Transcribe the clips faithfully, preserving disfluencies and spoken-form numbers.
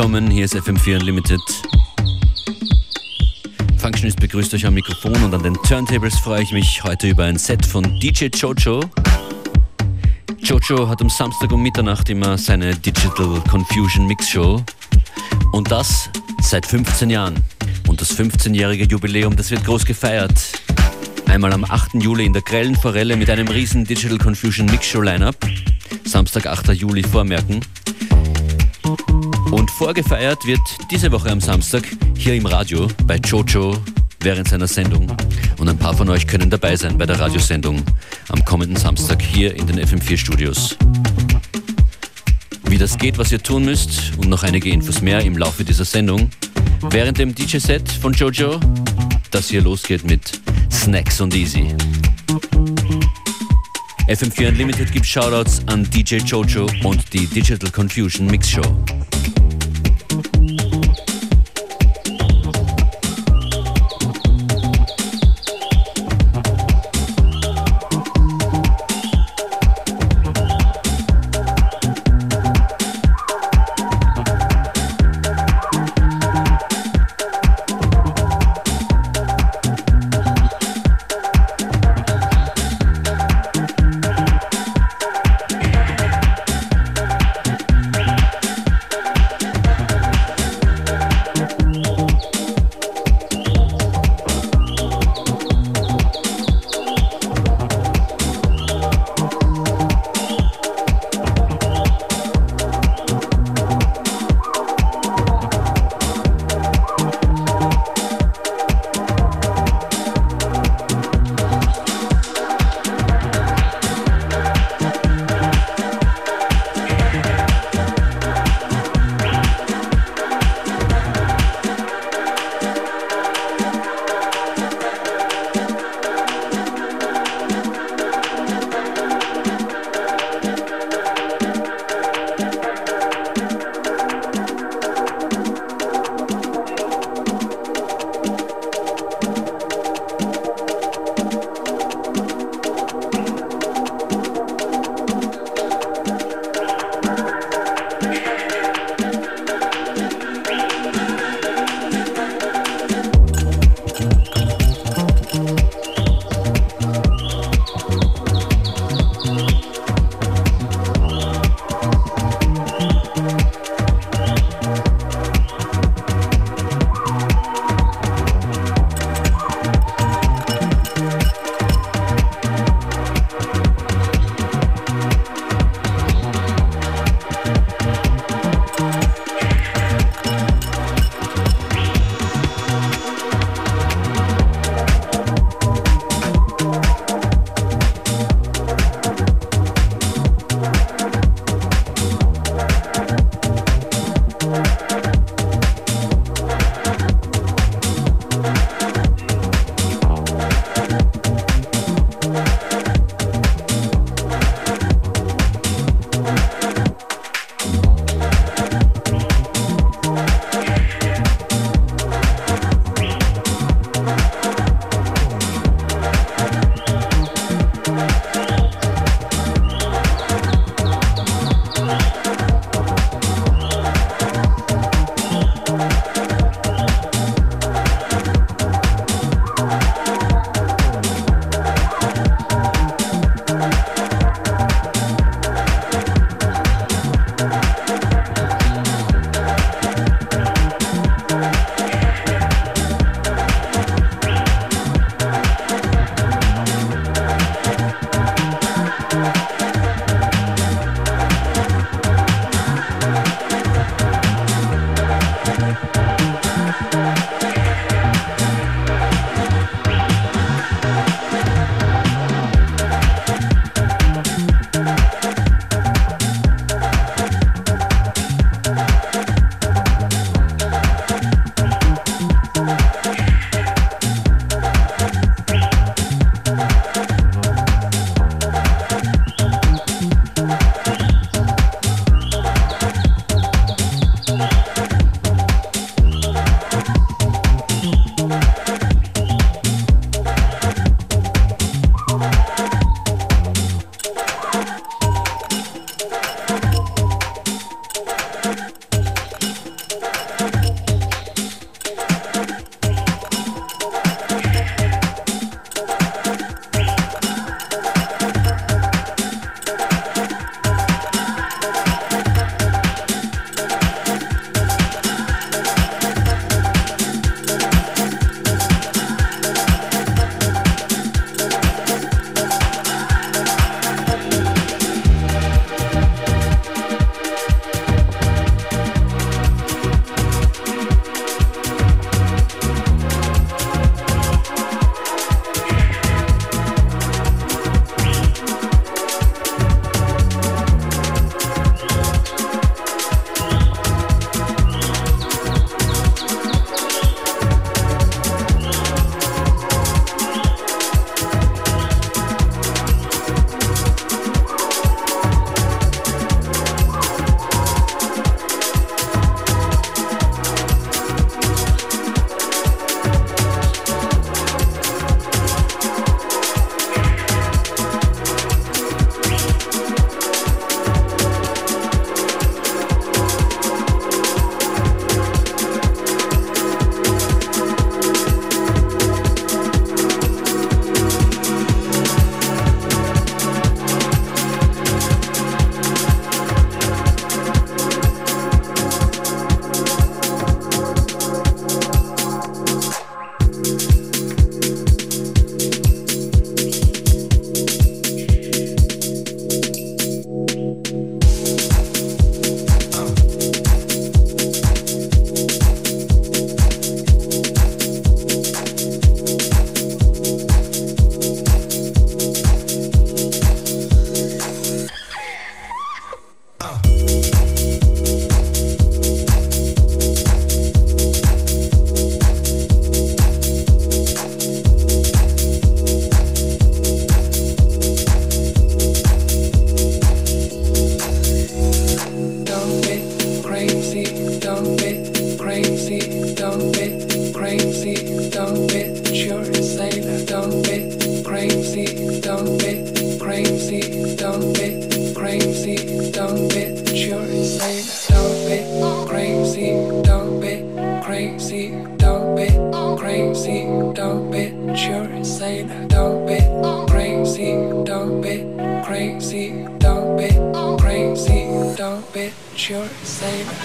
willkommen, hier ist F M vier Unlimited. Functionist begrüßt euch am Mikrofon und an den Turntables freue ich mich heute über ein Set von D J Jojo. Jojo hat am Samstag um Mitternacht immer seine Digital Confusion Mix Show und das seit fünfzehn Jahren. Und das fünfzehnjährige Jubiläum, das wird groß gefeiert. Einmal am achten Juli in der Grellen Forelle mit einem riesen Digital Confusion Mix Show Lineup. Samstag, achter Juli vormerken. Und vorgefeiert wird diese Woche am Samstag hier im Radio bei Jojo während seiner Sendung. Und ein paar von euch können dabei sein bei der Radiosendung am kommenden Samstag hier in den F M vier Studios. Wie das geht, was ihr tun müsst und noch einige Infos mehr im Laufe dieser Sendung. Während dem D J-Set von Jojo, das hier losgeht mit Snacks und Easy. F M vier Unlimited gibt Shoutouts an D J Jojo und die Digital Confusion Mix Show. crazy, don't be sure sailor, don't be crazy, don't be crazy, don't be crazy, don't be sure sailor, don't be crazy, don't be crazy, don't be crazy, don't be sure sailor, don't be crazy, don't be crazy, don't be crazy, don't be sure sailor.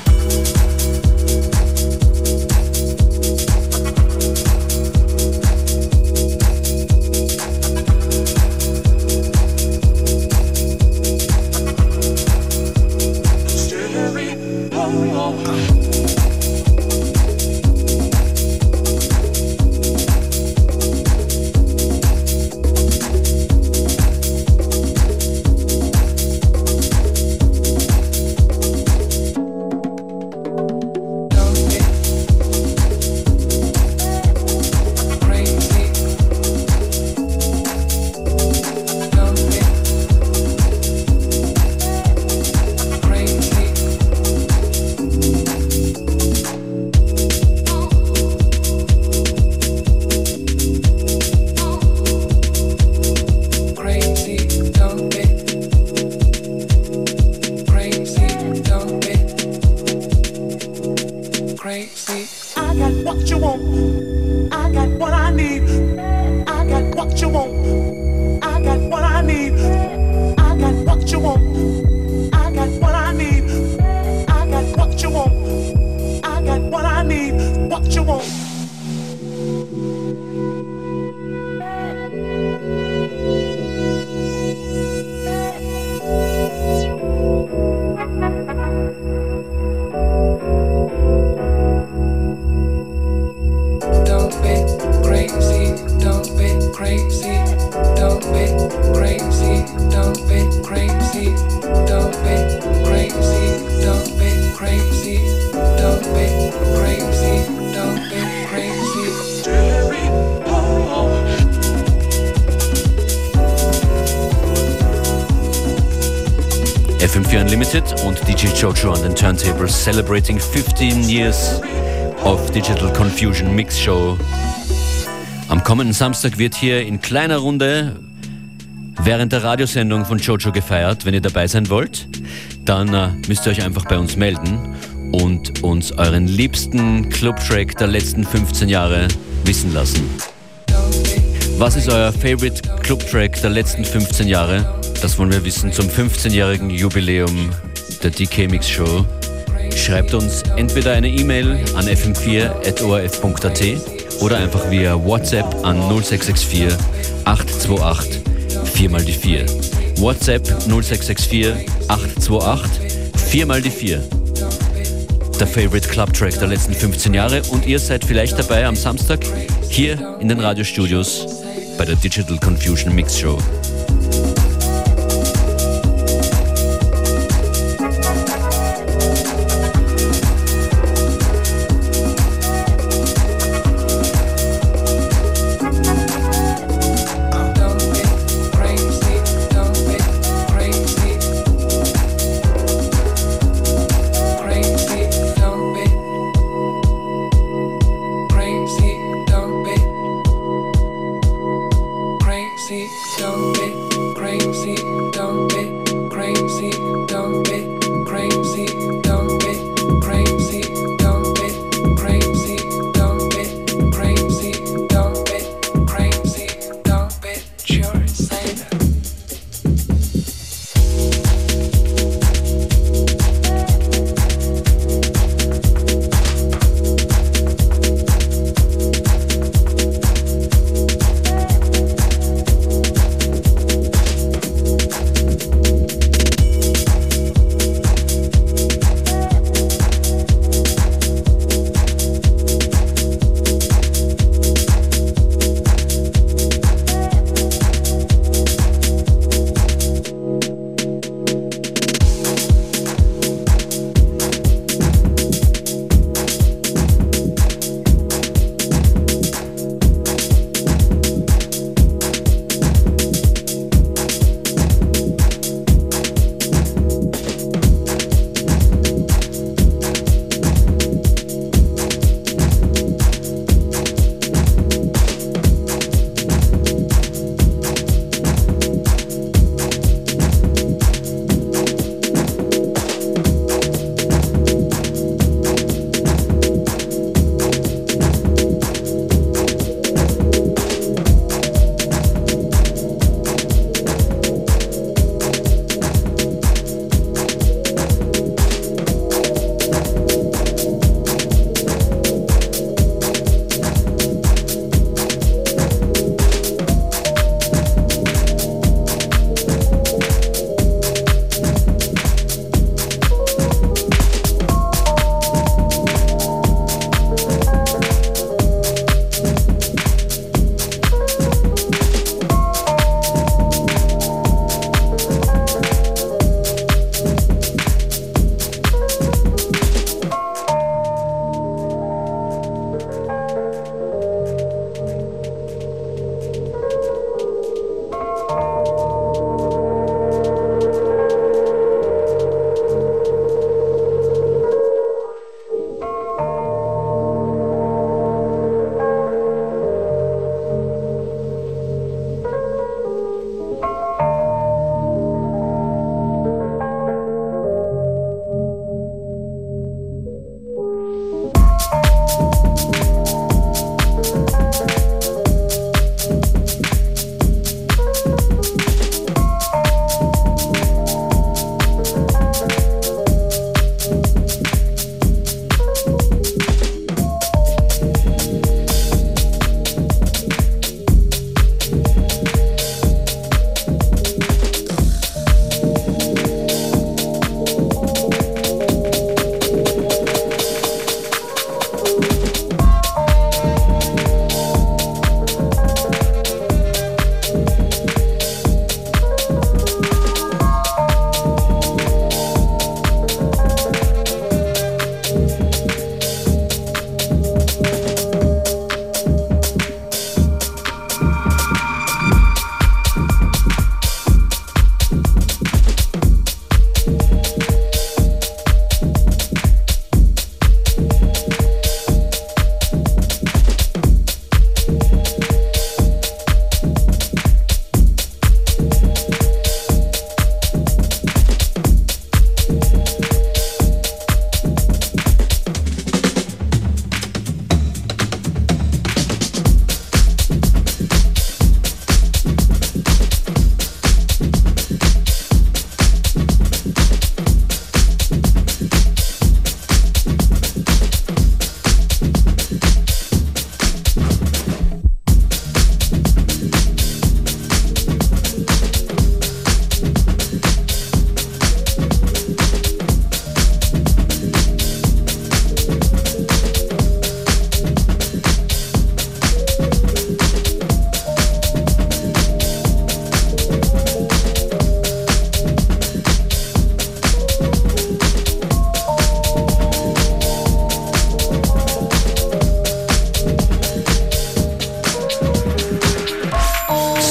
F M vier Unlimited und D J Jojo an den Turntables, celebrating fifteen years of Digital Confusion Mix Show. Am kommenden Samstag wird hier in kleiner Runde während der Radiosendung von Jojo gefeiert. Wenn ihr dabei sein wollt, dann äh, müsst ihr euch einfach bei uns melden und uns euren liebsten Clubtrack der letzten fünfzehn Jahre wissen lassen. Was ist euer Favorite Clubtrack der letzten fünfzehn Jahre? Das wollen wir wissen zum fünfzehnjährigen Jubiläum der D K Mix Show. Schreibt uns entweder eine E-Mail an f m vier at o r f punkt a t oder einfach via WhatsApp an null sechs sechs vier acht zwei acht vier mal die vier. WhatsApp null sechs sechs vier acht zwei acht vier mal die vier. Der Favorite Club Track der letzten fünfzehn Jahre und ihr seid vielleicht dabei am Samstag hier in den Radiostudios bei der Digital Confusion Mix Show.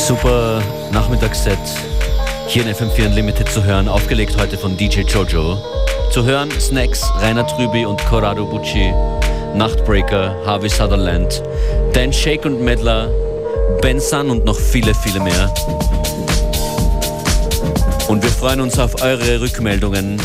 Super Nachmittagsset hier in F M vier Unlimited zu hören, aufgelegt heute von D J Jojo. Zu hören Snacks, Rainer Trüby und Corrado Bucci, Nachtbreaker, Harvey Sutherland, Dan Shake und Medler, Ben Sun und noch viele, viele mehr. Und wir freuen uns auf eure Rückmeldungen,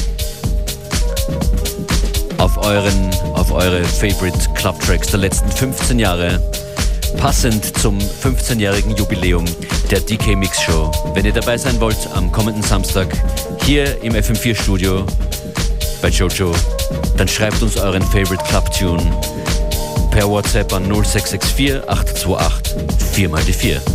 auf euren, auf eure Favorite Club Tracks der letzten fünfzehn Jahre. Passend zum fünfzehnjährigen Jubiläum der D K Mix Show. Wenn ihr dabei sein wollt am kommenden Samstag hier im F M vier Studio bei Jojo, dann schreibt uns euren Favorite Club Tune per WhatsApp an null sechs sechs vier acht zwei acht vier mal die vier.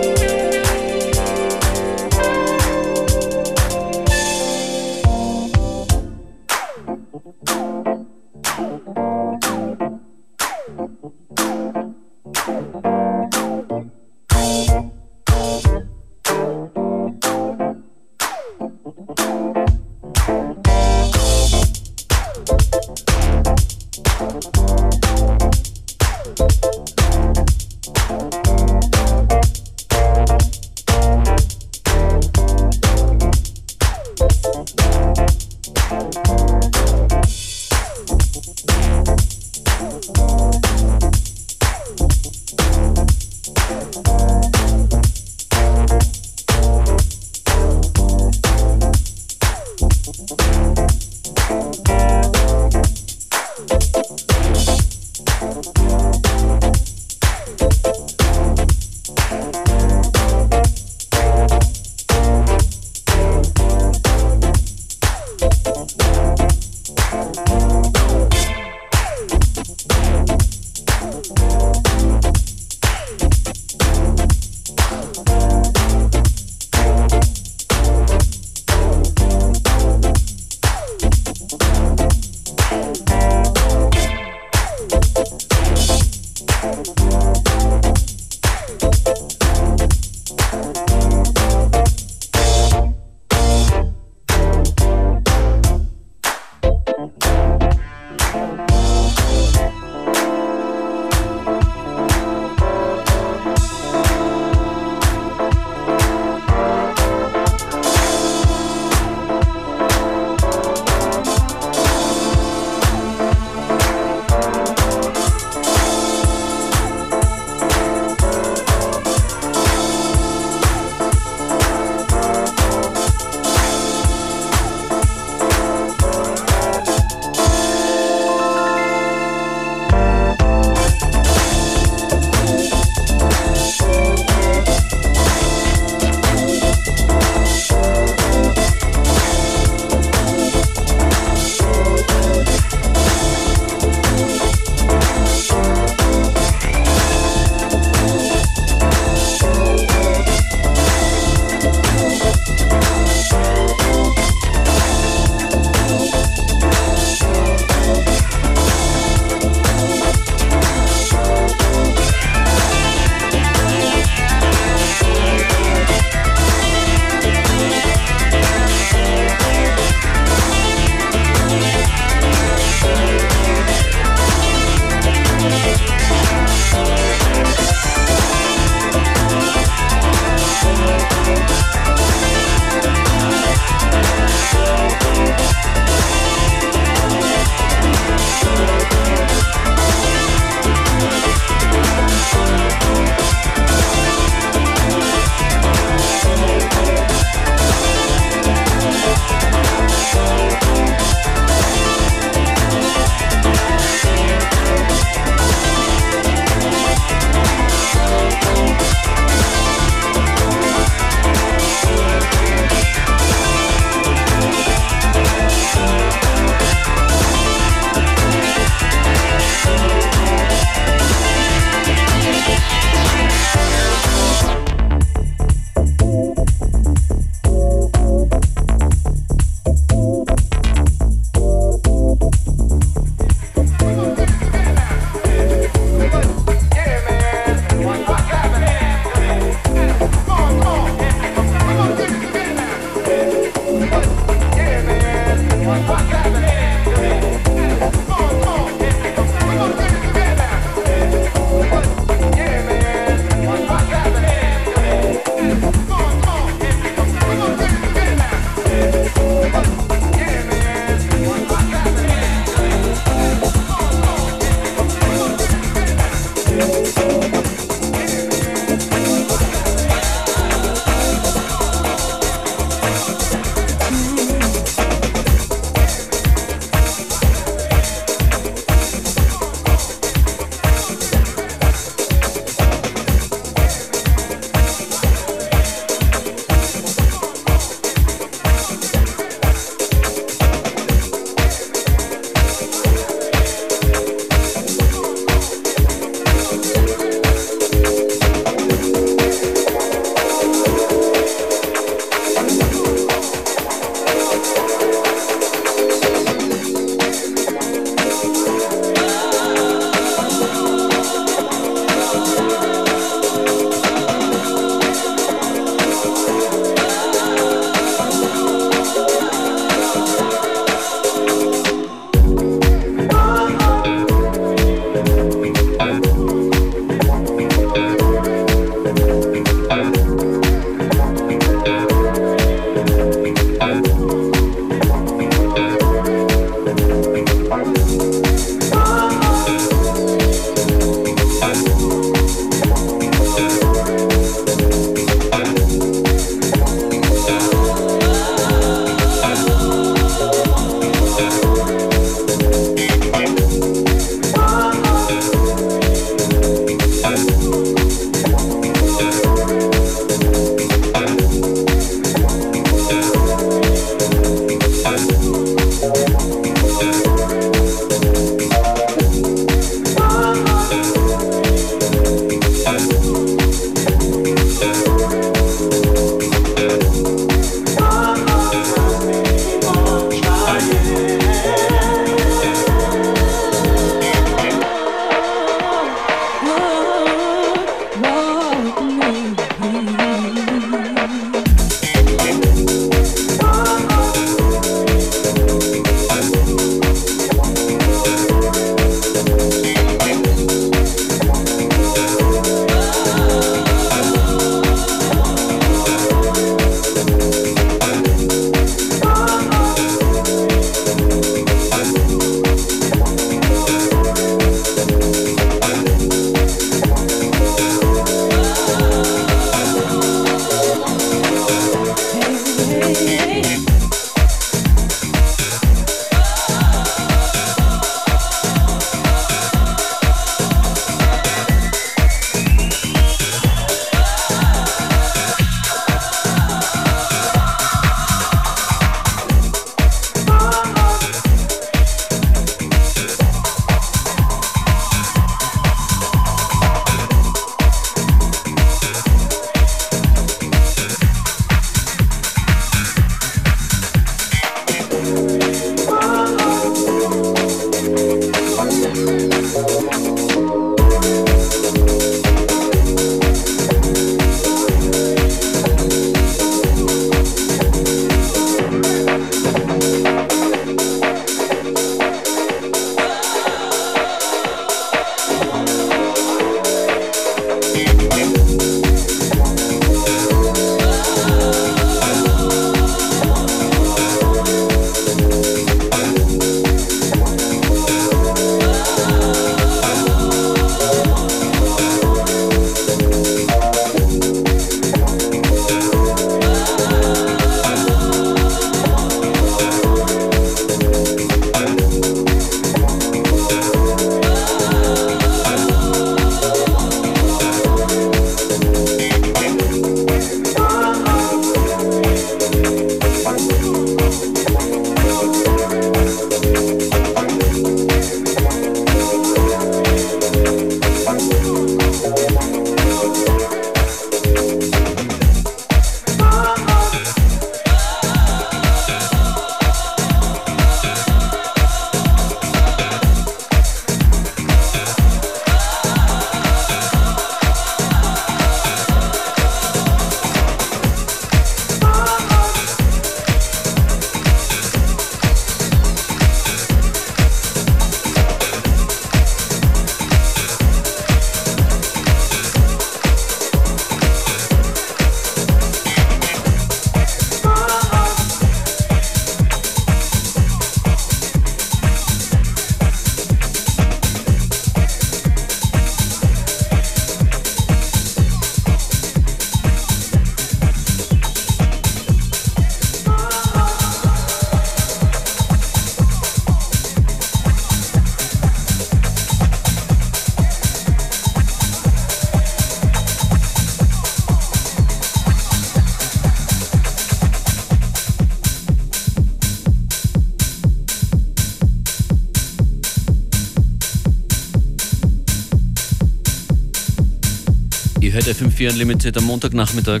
Ihr hört F M vier Unlimited am Montagnachmittag.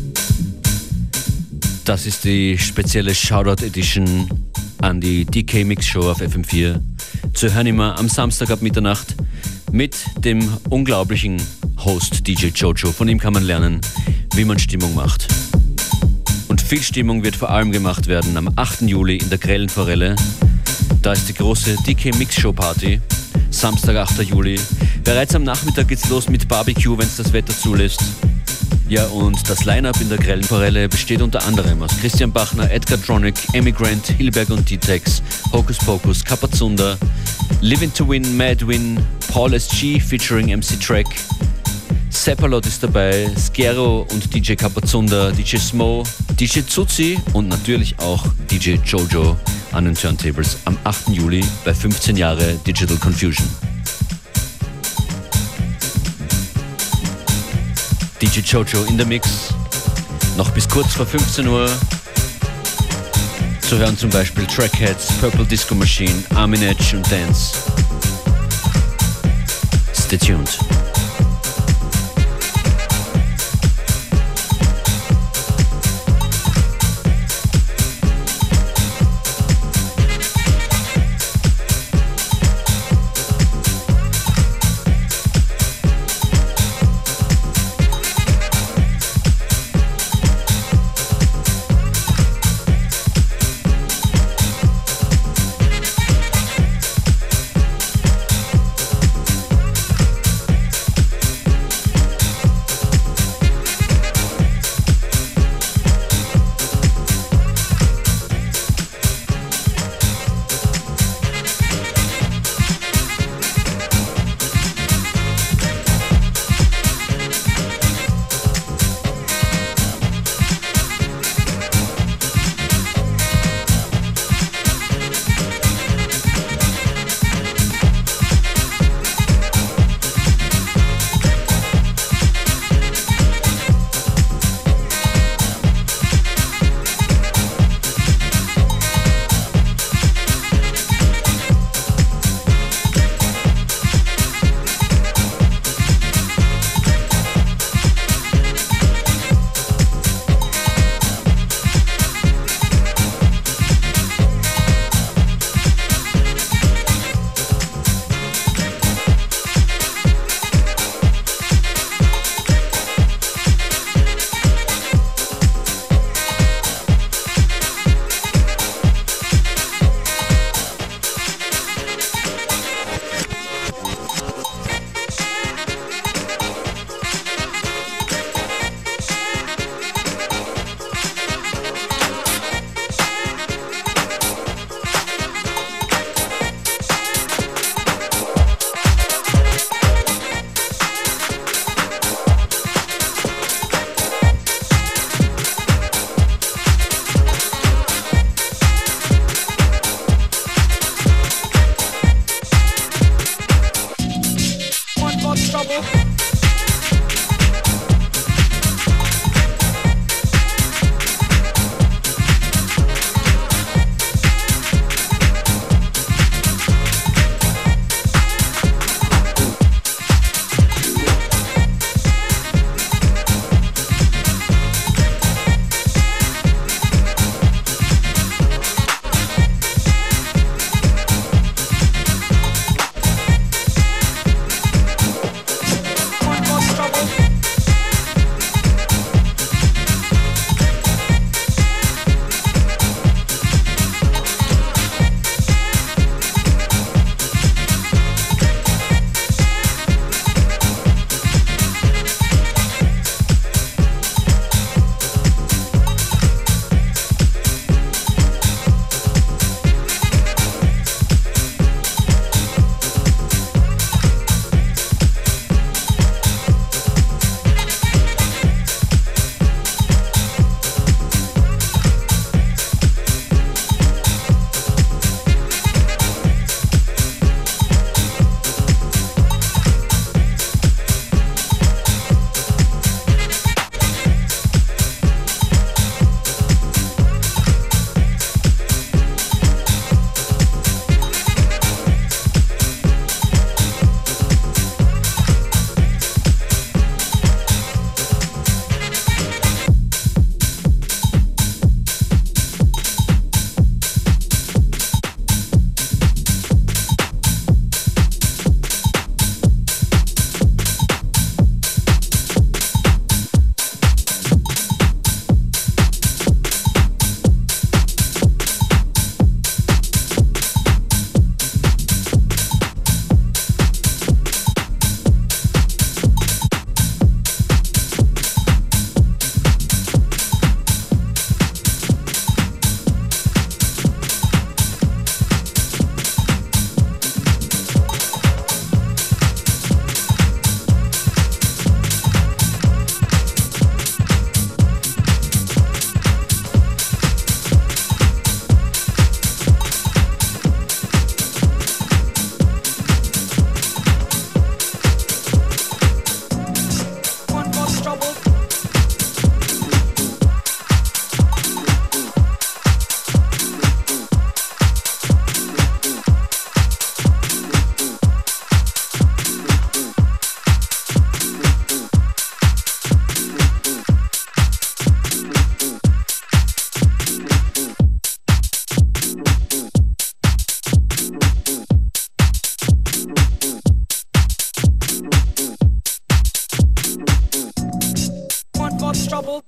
Das ist die spezielle Shoutout Edition an die D K Mix Show auf F M vier. Zu hören immer am Samstag ab Mitternacht mit dem unglaublichen Host D J Jojo. Von ihm kann man lernen, wie man Stimmung macht. Und viel Stimmung wird vor allem gemacht werden am achten Juli in der Grellen Forelle. Da ist die große D K Mix Show Party. Samstag, achter Juli. Bereits am Nachmittag geht's los mit Barbecue, wenn es das Wetter zulässt. Ja, und das Line-Up in der Grellen Forelle besteht unter anderem aus Christian Bachner, Edgar Tronic, Emigrant, Hilberg und D-Tex, Hocus Pocus, Kapazunda, Living to Win, Mad Win, Paul S G featuring M C Track, Seppalot ist dabei, Skero und D J Kapazunda, D J Smo, D J Zuzi und natürlich auch D J Jojo an den Turntables am achten Juli bei fünfzehn Jahre Digital Confusion. D J Jojo in der Mix, noch bis kurz vor fünfzehn Uhr. Zu hören zum Beispiel Trackheads, Purple Disco Machine, Armin Edge und Dance. Stay tuned. trouble.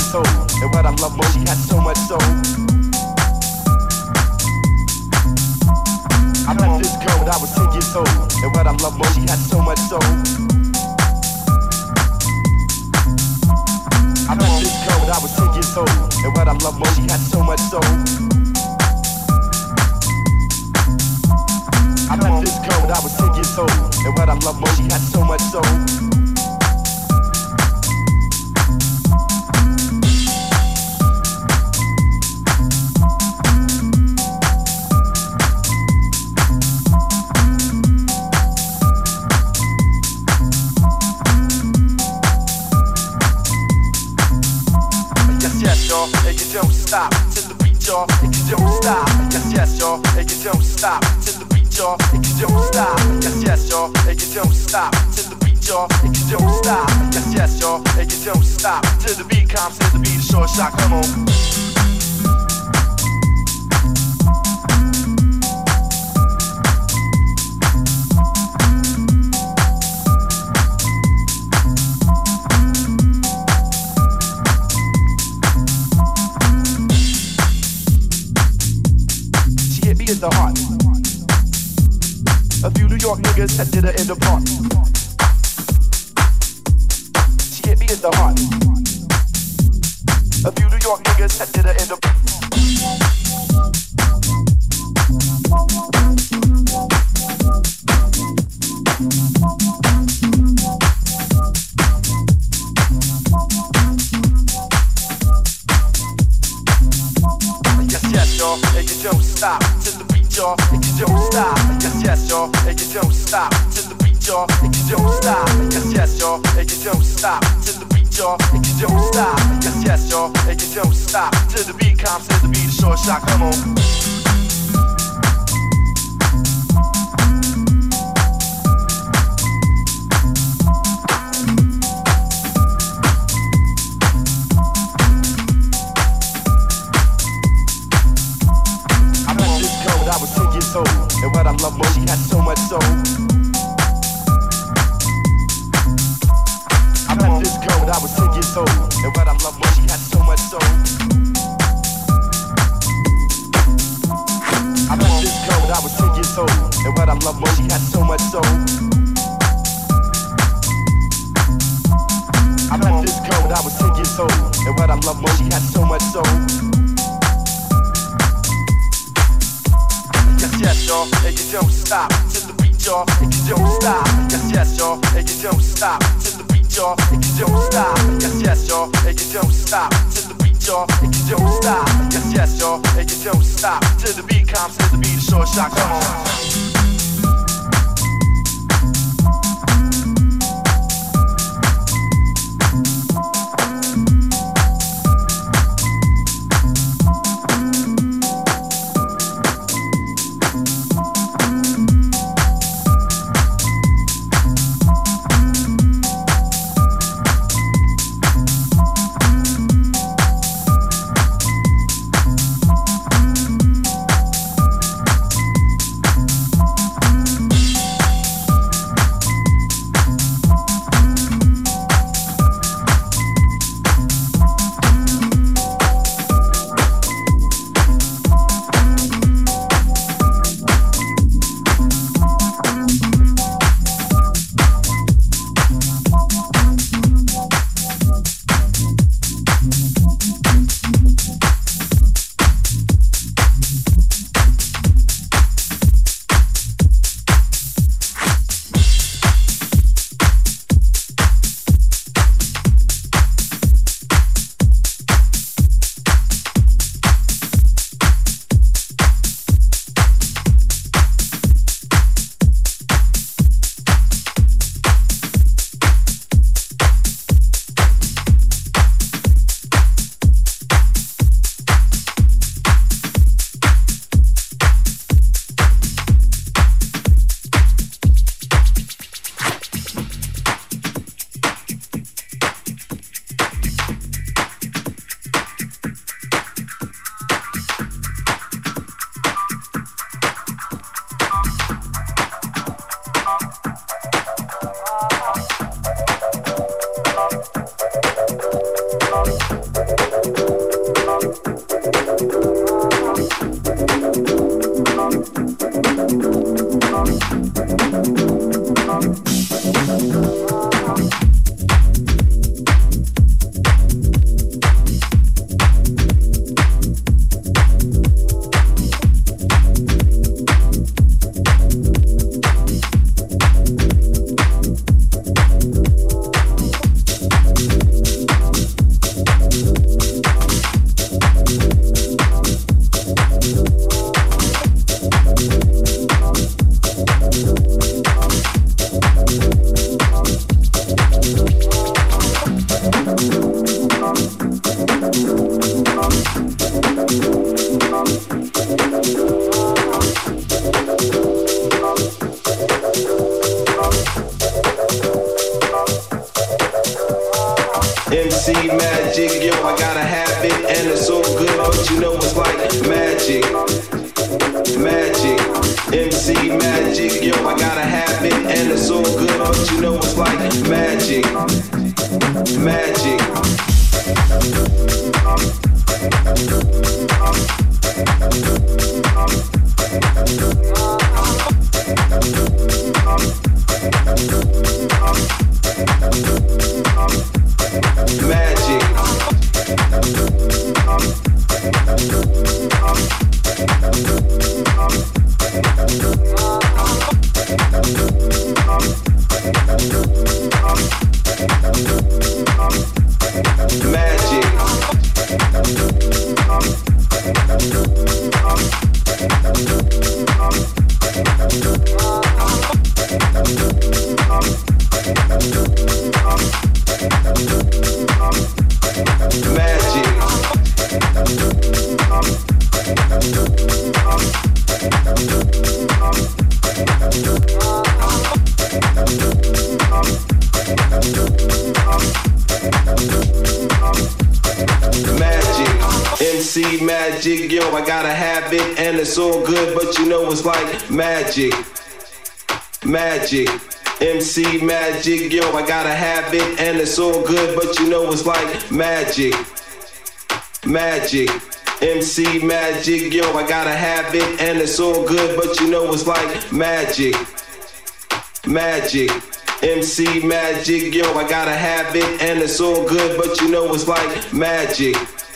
soul. And what I love most, she had so much soul. I met this girl when I was ten years old. And what I love most, she had so much soul. I met this girl when I was ten years old. And what I love most, she had so much soul. I met this girl when I was ten years old. And what I love most, she had so much soul. And you don't stop till the beat, y'all. And you don't stop. Yes, yes, y'all. And you don't stop till the beat, y'all. And you don't stop. Yes, yes, y'all. And you don't stop till the beat, y'all. And you don't stop. Yes, yes, y'all. And you don't stop till the beat comes. Till the beat is short shot. Come on. The heart. A few New York niggas that did her in the park. She hit me in the heart. A few New York niggas that did her in the park. Yes, yes, y'all, and you don't stop till the beat, y'all, and you don't stop. Yes, yes, y'all, and you don't stop till the beat, y'all, and you don't stop. Yes, yes, y'all, and you don't stop till the beat, y'all, and you don't stop. Yes, yes, y'all, and you don't stop till the beat comes. Till the beat is short shot. Come on. Soul. And what I love most, she had so much soul. I met this girl when I was ten years old. And what I love most, she had so much soul. I met this girl when I was ten years old. And what I love most, she had so much soul. I met this girl when I was ten years old. And what I love most, she had so much soul. Yes, y'all, and you don't stop till the beat, y'all, and you don't stop. Yes, yes, y'all, and you don't stop till the beat, y'all, and you don't stop. Yes, yes, y'all, and you don't stop till the beat, y'all, and you don't stop. Yes, yes, y'all, and you don't stop till the beat comes. Till the beat is short shot. Come on. M C magic, yo, I gotta have it, and it's so good, but you know it's like magic, magic. M C magic, yo, I gotta have it, and it's so good, but you know it's like magic, magic. Magic. Magic, yo, I gotta have it, and it's so good, but you know it's like magic, magic. M C magic, yo, I gotta have it, and it's so good, but you know it's like magic, magic. M C magic, yo, I gotta have it, and it's so good, but you know it's like magic, magic. M C magic, yo, I gotta have it, and it's so good, but you know it's like magic.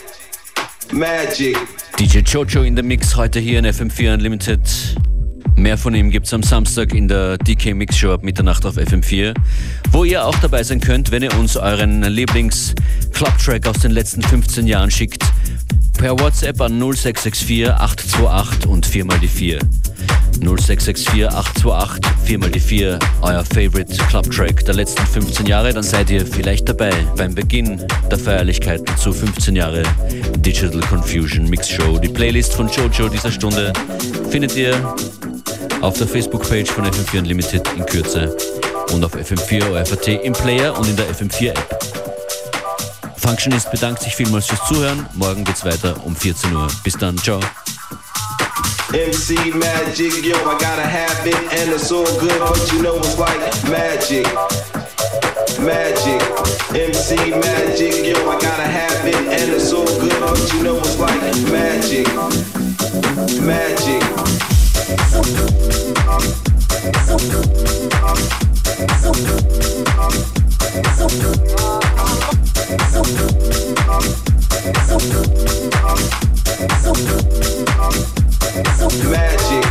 Magic. D J Jojo in der Mix heute hier in F M vier Unlimited. Mehr von ihm gibt's am Samstag in der D K Mix Show ab Mitternacht auf F M vier, wo ihr auch dabei sein könnt, wenn ihr uns euren Lieblings-Club-Track aus den letzten fünfzehn Jahren schickt. Per WhatsApp an null sechs sechs vier acht zwei acht und vier mal die vier. null sechs sechs vier acht zwei acht vier mal die vier, euer Favorite Club Track der letzten fünfzehn Jahre, dann seid ihr vielleicht dabei beim Beginn der Feierlichkeiten zu fünfzehn Jahre Digital Confusion Mix Show. Die Playlist von Jojo dieser Stunde findet ihr auf der Facebook-Page von F M vier Unlimited in Kürze und auf F M vier O F A T im Player und in der F M vier App. Functionist bedankt sich vielmals fürs Zuhören. Morgen geht's weiter um vierzehn Uhr. Bis dann, ciao. M C magic, yo, I gotta have it, and it's so good, but you know it's like magic, magic. M C magic, yo, I gotta have it, and it's so good, but you know it's like magic, magic. Magic.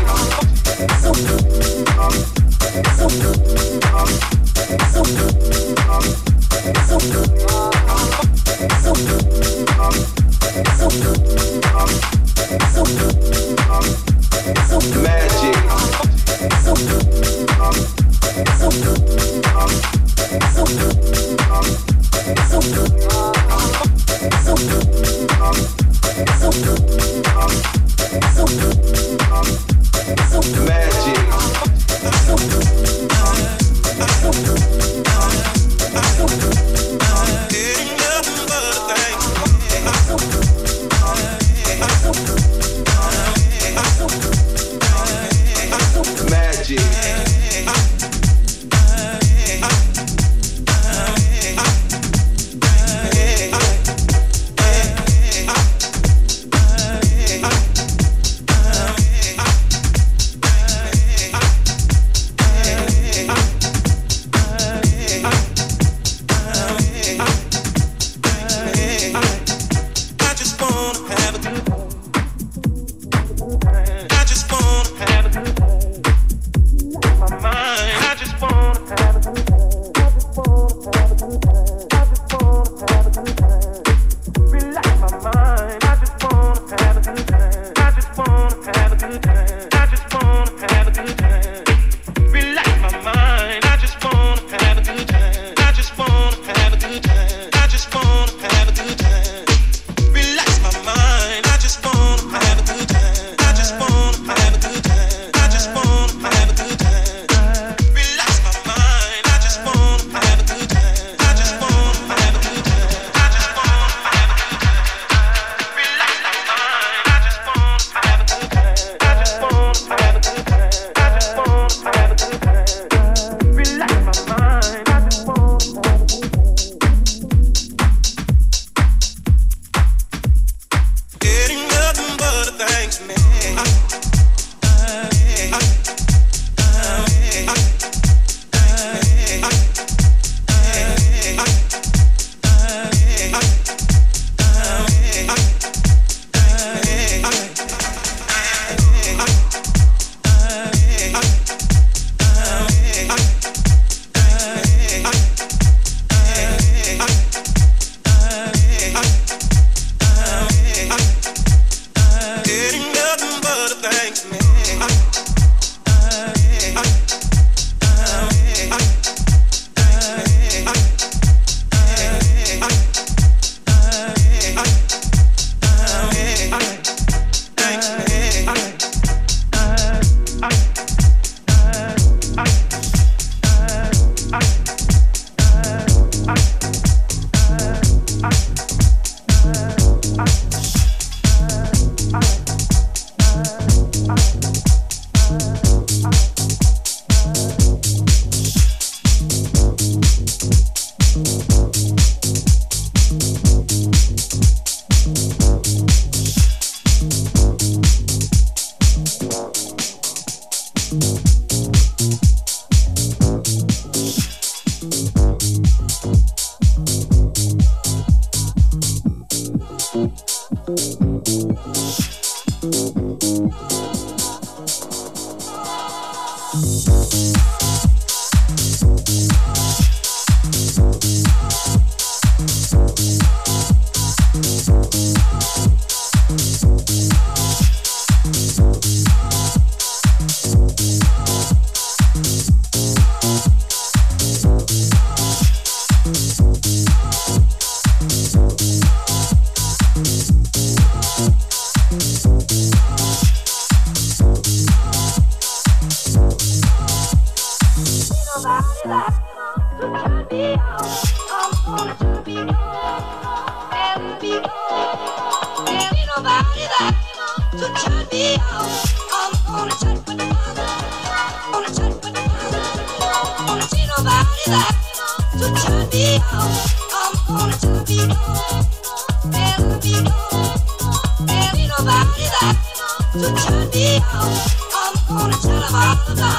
To turn me on, I'm gonna tell them all about